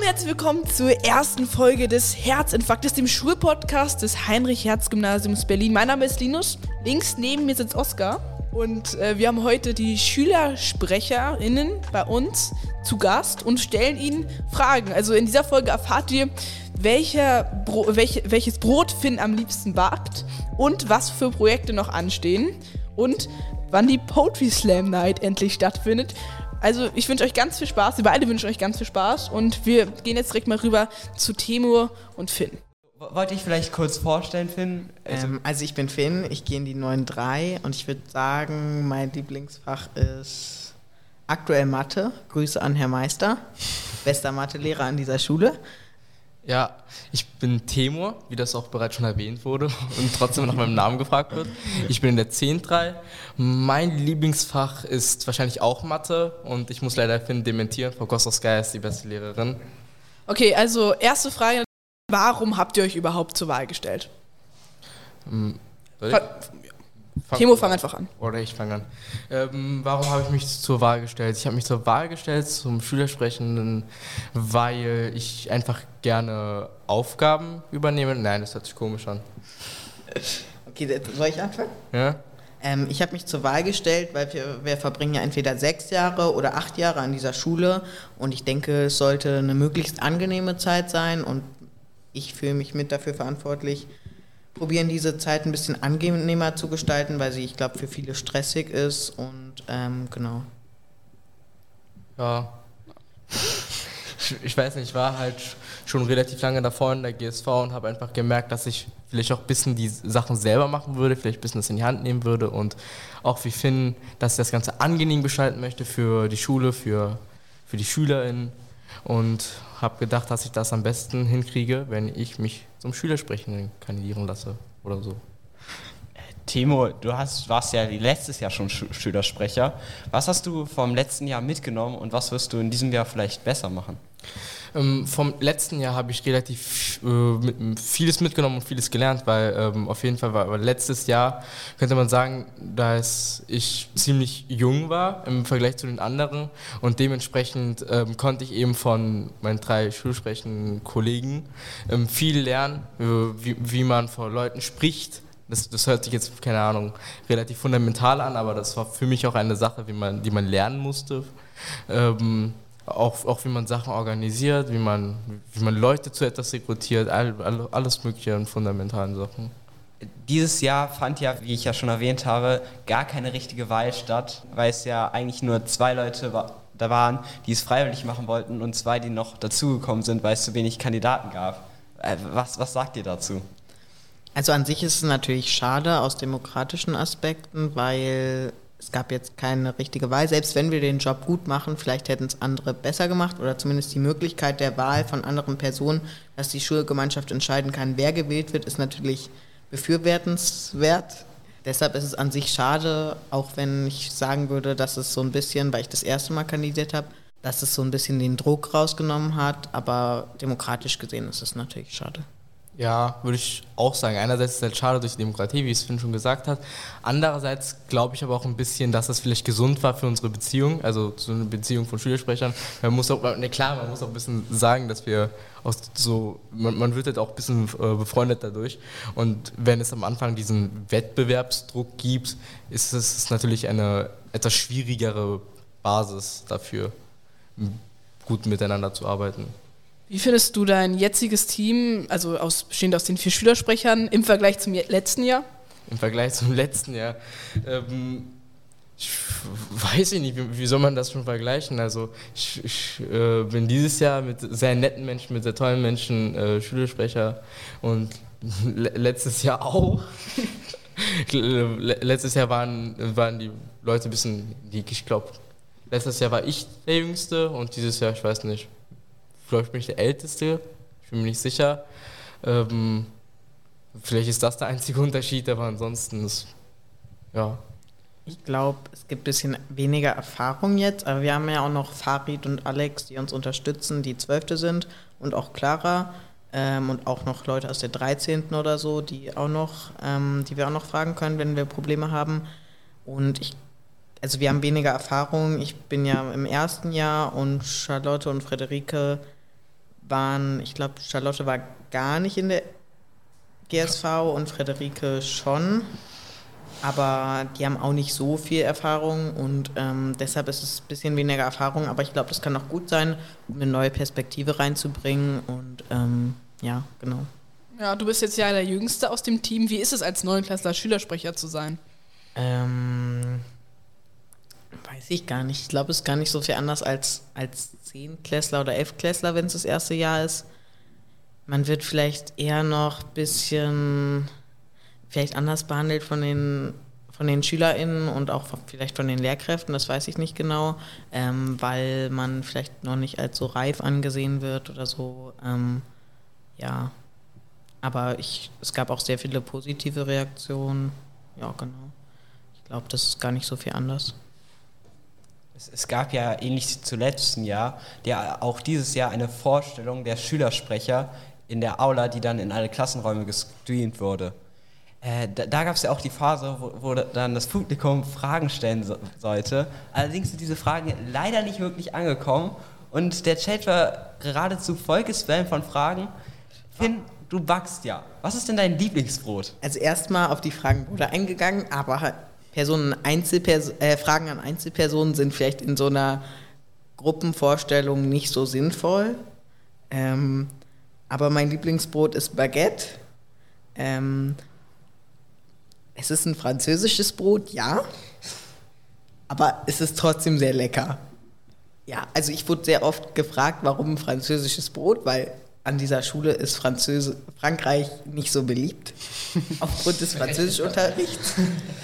herzlich willkommen zur ersten Folge des Herzinfarktes, dem Schulpodcast des Heinrich-Hertz-Gymnasiums Berlin. Mein Name ist Linus, links neben mir sitzt Oskar und wir haben heute die SchülersprecherInnen bei uns zu Gast und stellen ihnen Fragen. Also in dieser Folge erfahrt ihr, welches Brot Finn am liebsten backt und was für Projekte noch anstehen und wann die Poetry Slam Night endlich stattfindet. Also ich wünsche euch ganz viel Spaß, wir beide wünschen euch ganz viel Spaß und wir gehen jetzt direkt mal rüber zu Temur und Finn. Wollte ich vielleicht kurz vorstellen, Finn? Also ich bin Finn, ich gehe in die 9.3 und ich würde sagen, mein Lieblingsfach ist aktuell Mathe. Grüße an Herr Meister, bester Mathelehrer an dieser Schule. Ja, ich bin Temur, wie das auch bereits schon erwähnt wurde und trotzdem nach meinem Namen gefragt wird. Ich bin in der 10.3. Mein Lieblingsfach ist wahrscheinlich auch Mathe und ich muss leider Finn dementieren. Frau Kostowskaja ist die beste Lehrerin. Okay, also erste Frage, warum habt ihr euch überhaupt zur Wahl gestellt? Timo, fang einfach an. Oder ich fange an. Warum habe ich mich zur Wahl gestellt? Ich habe mich zur Wahl gestellt zum Schülersprechenden, weil ich einfach gerne Aufgaben übernehme. Nein, das hört sich komisch an. Okay, soll ich anfangen? Ja? Ich habe mich zur Wahl gestellt, weil wir verbringen ja entweder 6 Jahre oder 8 Jahre an dieser Schule und ich denke, es sollte eine möglichst angenehme Zeit sein und ich fühle mich mit dafür verantwortlich, probieren diese Zeit ein bisschen angenehmer zu gestalten, weil sie, ich glaube, für viele stressig ist und genau. Ja. Ich weiß nicht, ich war halt schon relativ lange davor in der GSV und habe einfach gemerkt, dass ich vielleicht auch ein bisschen die Sachen selber machen würde, vielleicht ein bisschen das in die Hand nehmen würde und auch wie Finn, dass ich das Ganze angenehm gestalten möchte für die Schule, für die SchülerInnen und habe gedacht, dass ich das am besten hinkriege, wenn ich mich zum Schülersprechenden kandidieren lasse oder so. Timo, warst ja letztes Jahr schon Schülersprecher. Was hast du vom letzten Jahr mitgenommen und was wirst du in diesem Jahr vielleicht besser machen? Vom letzten Jahr habe ich relativ vieles mitgenommen und vieles gelernt, weil auf jeden Fall war letztes Jahr, könnte man sagen, dass ich ziemlich jung war im Vergleich zu den anderen und dementsprechend konnte ich eben von meinen 3 schulsprechenden Kollegen viel lernen, wie man vor Leuten spricht. Das hört sich jetzt, keine Ahnung, relativ fundamental an, aber das war für mich auch eine Sache, die man lernen musste. Auch wie man Sachen organisiert, wie man Leute zu etwas rekrutiert, alles mögliche an fundamentalen Sachen. Dieses Jahr fand ja, wie ich ja schon erwähnt habe, gar keine richtige Wahl statt, weil es ja eigentlich nur 2 Leute da waren, die es freiwillig machen wollten und 2, die noch dazugekommen sind, weil es zu wenig Kandidaten gab. Was sagt ihr dazu? Also an sich ist es natürlich schade aus demokratischen Aspekten, weil es gab jetzt keine richtige Wahl. Selbst wenn wir den Job gut machen, vielleicht hätten es andere besser gemacht oder zumindest die Möglichkeit der Wahl von anderen Personen, dass die Schulgemeinschaft entscheiden kann, wer gewählt wird, ist natürlich befürwortenswert. Deshalb ist es an sich schade, auch wenn ich sagen würde, dass es so ein bisschen, weil ich das erste Mal kandidiert habe, dass es so ein bisschen den Druck rausgenommen hat, aber demokratisch gesehen ist es natürlich schade. Ja, würde ich auch sagen. Einerseits ist es halt schade durch die Demokratie, wie es Finn schon gesagt hat. Andererseits glaube ich aber auch ein bisschen, dass es vielleicht gesund war für unsere Beziehung, also so eine Beziehung von Schülersprechern. Man muss auch ein bisschen sagen, dass wir auch so, man wird halt auch ein bisschen befreundet dadurch. Und wenn es am Anfang diesen Wettbewerbsdruck gibt, ist es natürlich eine etwas schwierigere Basis dafür, gut miteinander zu arbeiten. Wie findest du dein jetziges Team, also bestehend aus den 4 Schülersprechern, im Vergleich zum letzten Jahr? Im Vergleich zum letzten Jahr? Ich weiß nicht, wie soll man das schon vergleichen? Also ich bin dieses Jahr mit sehr netten Menschen, mit sehr tollen Menschen Schülersprecher und letztes Jahr auch. Letztes Jahr waren die Leute ein bisschen, ich glaube, letztes Jahr war ich der Jüngste und dieses Jahr, ich weiß nicht, vielleicht bin ich der Älteste, ich bin mir nicht sicher. Vielleicht ist das der einzige Unterschied, aber ansonsten ist, ja. Ich glaube, es gibt ein bisschen weniger Erfahrung jetzt, aber wir haben ja auch noch Farid und Alex, die uns unterstützen, die 12. sind und auch Clara und auch noch Leute aus der 13. oder so, die wir auch noch fragen können, wenn wir Probleme haben. Und wir haben weniger Erfahrung. Ich bin ja im 1. Jahr und Charlotte und Frederike ich glaube, Charlotte war gar nicht in der GSV und Frederike schon. Aber die haben auch nicht so viel Erfahrung und deshalb ist es ein bisschen weniger Erfahrung. Aber ich glaube, das kann auch gut sein, um eine neue Perspektive reinzubringen. Und ja, genau. Ja, du bist jetzt ja der Jüngste aus dem Team. Wie ist es, als Neunklässler Schülersprecher zu sein? Weiß ich gar nicht. Ich glaube, es ist gar nicht so viel anders als Zehntklässler oder Elftklässler, wenn es das erste Jahr ist. Man wird vielleicht eher noch ein bisschen vielleicht anders behandelt von den SchülerInnen und auch vielleicht von den Lehrkräften, das weiß ich nicht genau, weil man vielleicht noch nicht als so reif angesehen wird oder so. Ja, aber es gab auch sehr viele positive Reaktionen. Ja, genau. Ich glaube, das ist gar nicht so viel anders. Es gab ja ähnlich zu letzten Jahr, ja auch dieses Jahr eine Vorstellung der Schülersprecher in der Aula, die dann in alle Klassenräume gestreamt wurde. Da gab es ja auch die Phase, wo dann das Publikum Fragen stellen sollte. Allerdings sind diese Fragen leider nicht wirklich angekommen und der Chat war geradezu vollgespammt von Fragen. Finn, du backst ja. Was ist denn dein Lieblingsbrot? Also erstmal auf die Fragen wurde eingegangen, aber Fragen an Einzelpersonen sind vielleicht in so einer Gruppenvorstellung nicht so sinnvoll. Aber mein Lieblingsbrot ist Baguette. Es ist ein französisches Brot, ja, aber es ist trotzdem sehr lecker. Ja, also ich wurde sehr oft gefragt, warum ein französisches Brot, weil an dieser Schule ist Frankreich nicht so beliebt, aufgrund des Französischunterrichts.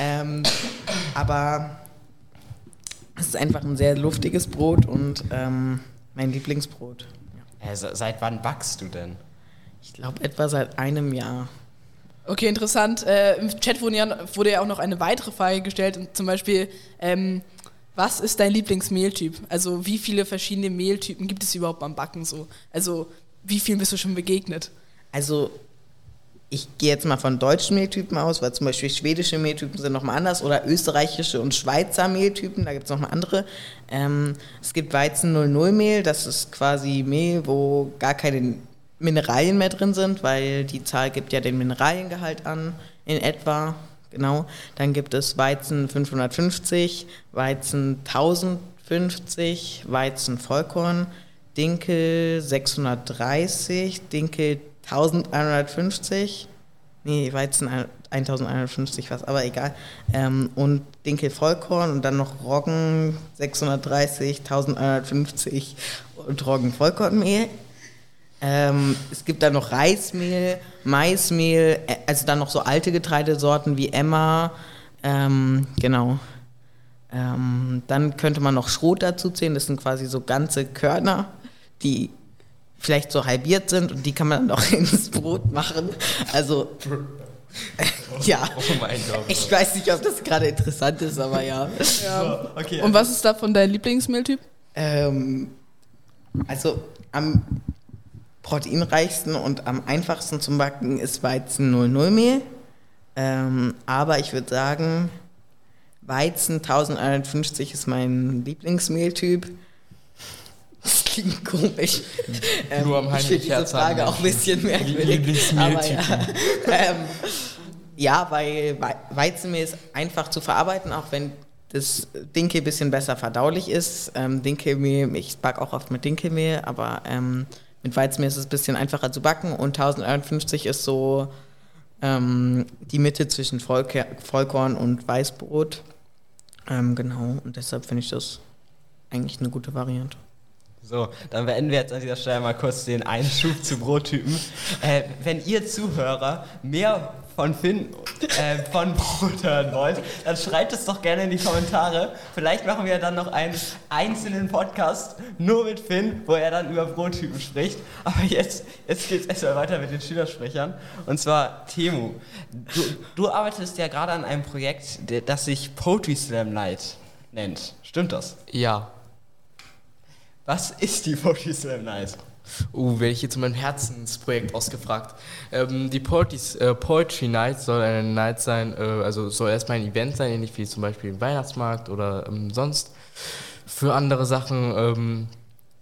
Aber es ist einfach ein sehr luftiges Brot und mein Lieblingsbrot. Ja. Seit wann backst du denn? Ich glaube etwa seit einem Jahr. Okay, interessant. Im Chat wurde ja auch noch eine weitere Frage gestellt, zum Beispiel, was ist dein Lieblingsmehltyp? Also wie viele verschiedene Mehltypen gibt es überhaupt beim Backen so? Also wie vielen bist du schon begegnet? Also ich gehe jetzt mal von deutschen Mehltypen aus, weil zum Beispiel schwedische Mehltypen sind nochmal anders oder österreichische und Schweizer Mehltypen, da gibt es nochmal andere. Es gibt Weizen 00 Mehl, das ist quasi Mehl, wo gar keine Mineralien mehr drin sind, weil die Zahl gibt ja den Mineraliengehalt an, in etwa, genau. Dann gibt es Weizen 550, Weizen 1050, Weizen Vollkorn, Dinkel 630, Dinkel 1150, Weizen 1150 was, aber egal. Und Dinkel Vollkorn und dann noch Roggen 630, 1150 und Roggen Vollkornmehl. Es gibt dann noch Reismehl, Maismehl, also dann noch so alte Getreidesorten wie Emmer, genau. Dann könnte man noch Schrot dazu zählen, das sind quasi so ganze Körner, die vielleicht so halbiert sind und die kann man dann auch ins Brot machen. Also, ja, Oh mein Gott. ich weiß nicht, ob das gerade interessant ist, aber ja. Ja. Okay, Und was ist davon dein Lieblingsmehltyp? Also am proteinreichsten und am einfachsten zum Backen ist Weizen 00 Mehl. Aber ich würde sagen, Weizen 1150 ist mein Lieblingsmehltyp. Das klingt komisch. Nur am ich finde diese Heinrich Frage Herz auch ein bisschen merkwürdig. Lieblingsmehltypen. Aber ja. Ja, weil Weizenmehl ist einfach zu verarbeiten, auch wenn das Dinkel ein bisschen besser verdaulich ist. Dinkelmehl, ich backe auch oft mit Dinkelmehl, aber mit Weizenmehl ist es ein bisschen einfacher zu backen und 1051 ist so die Mitte zwischen Vollkorn und Weißbrot. Genau, und deshalb finde ich das eigentlich eine gute Variante. So, dann beenden wir jetzt an dieser Stelle mal kurz den Einschub zu Brottypen. Wenn ihr Zuhörer mehr von Finn von Brot hören wollt, dann schreibt es doch gerne in die Kommentare. Vielleicht machen wir dann noch einen einzelnen Podcast nur mit Finn, wo er dann über Brottypen spricht. Aber jetzt geht es erstmal weiter mit den Schülersprechern. Und zwar Temu. Du arbeitest ja gerade an einem Projekt, das sich Poetry Slam Night nennt. Stimmt das? Ja. Was ist die Poetry Slam Night? Werde ich jetzt zu meinem Herzensprojekt ausgefragt. Die Poetry Night soll eine Night sein, also soll erstmal ein Event sein, ähnlich wie zum Beispiel ein Weihnachtsmarkt oder sonst für andere Sachen.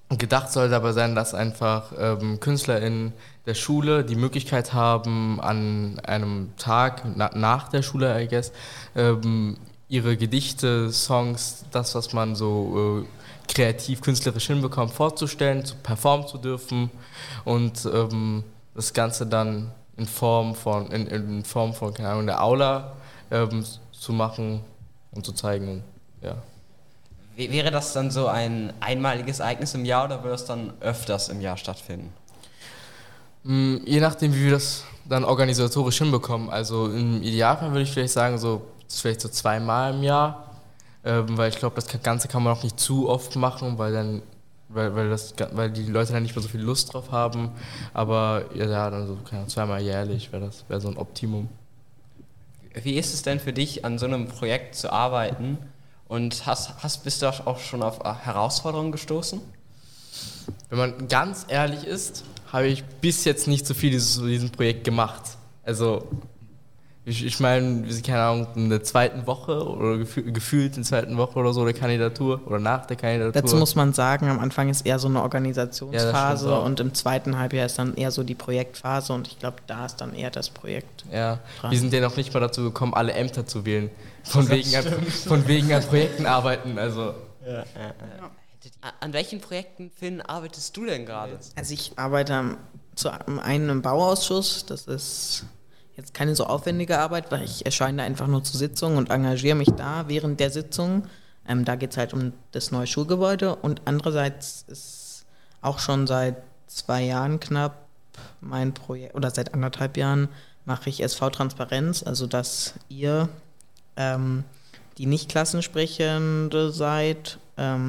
Gedacht soll dabei sein, dass einfach KünstlerInnen der Schule die Möglichkeit haben, an einem Tag nach der Schule, I guess, ihre Gedichte, Songs, das, was man so kreativ, künstlerisch hinbekommt, vorzustellen, zu performen zu dürfen und das Ganze dann in Form von, keine Ahnung, der Aula zu machen und zu zeigen. Ja. Wäre das dann so ein einmaliges Ereignis im Jahr oder würde das dann öfters im Jahr stattfinden? Je nachdem, wie wir das dann organisatorisch hinbekommen. Also im Idealfall würde ich vielleicht sagen, vielleicht so 2-mal im Jahr, weil ich glaube, das Ganze kann man auch nicht zu oft machen, weil die Leute dann nicht mehr so viel Lust drauf haben. Aber ja, dann so 2-mal jährlich wäre so ein Optimum. Wie ist es denn für dich, an so einem Projekt zu arbeiten? Und bist du auch schon auf Herausforderungen gestoßen? Wenn man ganz ehrlich ist, habe ich bis jetzt nicht so viel zu diesem Projekt gemacht. Also, ich meine, wir sind, keine Ahnung, in der zweiten Woche oder gefühlt in der zweiten Woche oder so der Kandidatur oder nach der Kandidatur. Dazu muss man sagen, am Anfang ist eher so eine Organisationsphase ja, und im zweiten Halbjahr ist dann eher so die Projektphase und ich glaube, da ist dann eher das Projekt. Ja, dran. Wir sind ja noch nicht mal dazu gekommen, alle Ämter zu wählen. Von wegen an Projekten arbeiten. Also. Ja. An welchen Projekten, Finn, arbeitest du denn gerade? Also ich arbeite zum einen im Bauausschuss, das ist jetzt keine so aufwendige Arbeit, weil ich erscheine einfach nur zur Sitzung und engagiere mich da während der Sitzung. Da geht es halt um das neue Schulgebäude und andererseits ist auch schon seit 2 Jahren knapp mein Projekt, oder seit 1,5 Jahren mache ich SV-Transparenz, also dass ihr, die nicht Klassensprechende seid,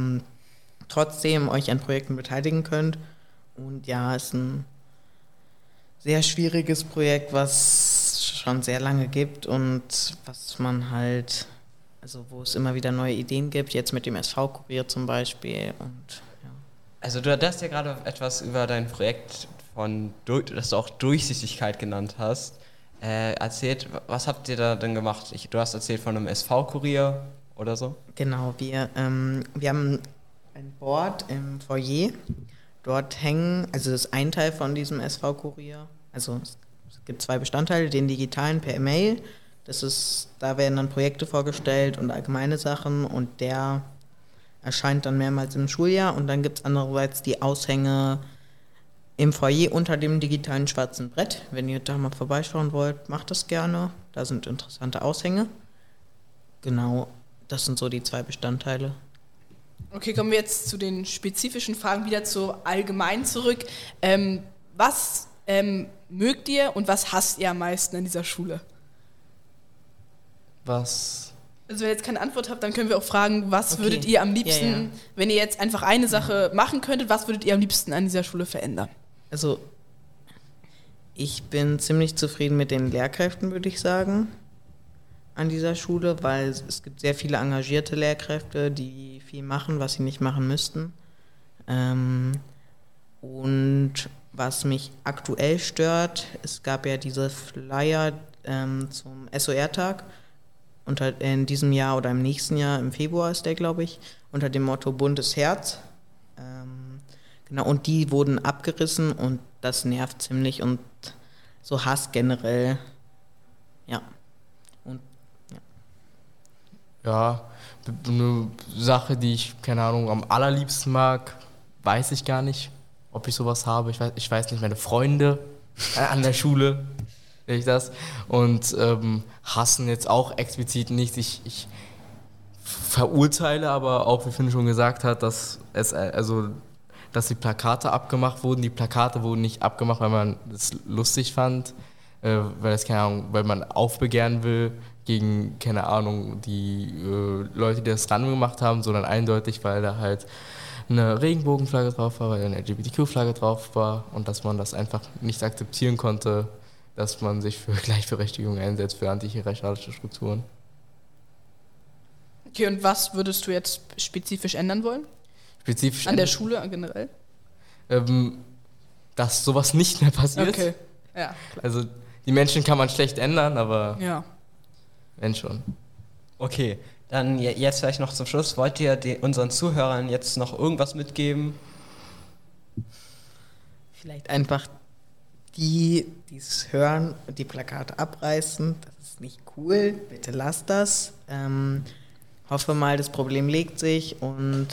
trotzdem euch an Projekten beteiligen könnt. Und ja, es ist ein sehr schwieriges Projekt, was schon sehr lange gibt und was man halt, also wo es immer wieder neue Ideen gibt, jetzt mit dem SV-Kurier zum Beispiel. Und, ja. Also du hast ja gerade etwas über dein Projekt, das du auch Durchsichtigkeit genannt hast, erzählt. Was habt ihr da denn gemacht? Du hast erzählt von einem SV-Kurier oder so? Genau, wir haben ein Board im Foyer. Dort hängen, also das ist ein Teil von diesem SV-Kurier. Also es gibt 2 Bestandteile, den digitalen per E-Mail. Da werden dann Projekte vorgestellt und allgemeine Sachen und der erscheint dann mehrmals im Schuljahr. Und dann gibt es andererseits die Aushänge im Foyer unter dem digitalen schwarzen Brett. Wenn ihr da mal vorbeischauen wollt, macht das gerne. Da sind interessante Aushänge. Genau, das sind so die 2 Bestandteile. Okay, kommen wir jetzt zu den spezifischen Fragen wieder zu allgemein zurück. Was mögt ihr und was hasst ihr am meisten an dieser Schule? Was? Also wenn ihr jetzt keine Antwort habt, dann können wir auch fragen, was würdet ihr am liebsten, wenn ihr jetzt einfach eine Sache machen könntet, was würdet ihr am liebsten an dieser Schule verändern? Also ich bin ziemlich zufrieden mit den Lehrkräften, würde ich sagen, an dieser Schule, weil es gibt sehr viele engagierte Lehrkräfte, die viel machen, was sie nicht machen müssten. Und was mich aktuell stört, es gab ja diese Flyer zum SOR-Tag in diesem Jahr oder im nächsten Jahr, im Februar ist der, glaube ich, unter dem Motto Buntes Herz. Genau, und die wurden abgerissen und das nervt ziemlich und so Hass generell, ja. Und Ja, eine Sache, die ich, keine Ahnung, am allerliebsten mag, weiß ich gar nicht, ob ich sowas habe. Ich weiß nicht, meine Freunde an der Schule, sehe ich das. Und hassen jetzt auch explizit nicht. Ich verurteile aber auch, wie Finn schon gesagt hat, dass die Plakate abgemacht wurden. Die Plakate wurden nicht abgemacht, weil man es lustig fand, weil man aufbegehren will gegen, keine Ahnung, die Leute, die das ran gemacht haben, sondern eindeutig, weil da halt eine Regenbogenflagge drauf war, weil eine LGBTQ-Flagge drauf war und dass man das einfach nicht akzeptieren konnte, dass man sich für Gleichberechtigung einsetzt, für antihierarchische Strukturen. Okay, und was würdest du jetzt spezifisch ändern wollen? Spezifisch an der Schule generell? Dass sowas nicht mehr passiert. Okay, ja. Also die Menschen kann man schlecht ändern, aber ja. Wenn schon. Okay, dann jetzt vielleicht noch zum Schluss. Wollt ihr unseren Zuhörern jetzt noch irgendwas mitgeben? Vielleicht einfach die es hören und die Plakate abreißen. Das ist nicht cool. Bitte lasst das. Hoffe mal, das Problem legt sich und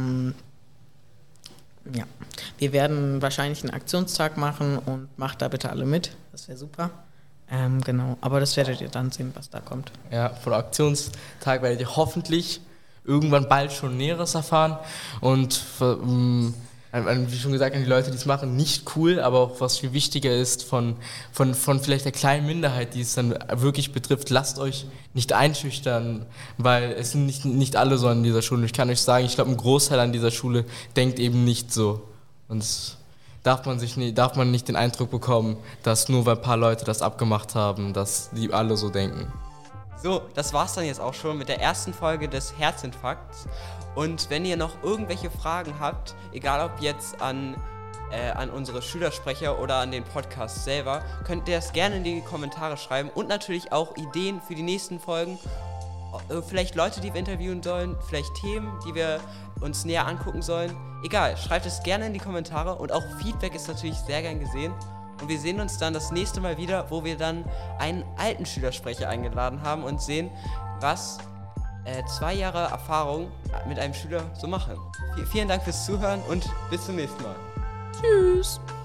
ja, wir werden wahrscheinlich einen Aktionstag machen und macht da bitte alle mit. Das wäre super. Genau, aber das werdet ihr dann sehen, was da kommt. Ja, von Aktionstag werdet ihr hoffentlich irgendwann bald schon Näheres erfahren und wie schon gesagt, an die Leute, die es machen, nicht cool, aber auch was viel wichtiger ist, von vielleicht der kleinen Minderheit, die es dann wirklich betrifft, lasst euch nicht einschüchtern, weil es sind nicht alle so an dieser Schule. Ich kann euch sagen, ich glaube, ein Großteil an dieser Schule denkt eben nicht so. Und darf man nicht den Eindruck bekommen, dass nur weil ein paar Leute das abgemacht haben, dass die alle so denken. So, das war's dann jetzt auch schon mit der ersten Folge des Herzinfarkts. Und wenn ihr noch irgendwelche Fragen habt, egal ob jetzt an unsere Schülersprecher oder an den Podcast selber, könnt ihr das gerne in die Kommentare schreiben und natürlich auch Ideen für die nächsten Folgen. Vielleicht Leute, die wir interviewen sollen, vielleicht Themen, die wir uns näher angucken sollen. Egal, schreibt es gerne in die Kommentare und auch Feedback ist natürlich sehr gern gesehen. Und wir sehen uns dann das nächste Mal wieder, wo wir dann einen alten Schülersprecher eingeladen haben und sehen, was 2 Jahre Erfahrung mit einem Schüler so machen. Vielen Dank fürs Zuhören und bis zum nächsten Mal. Tschüss.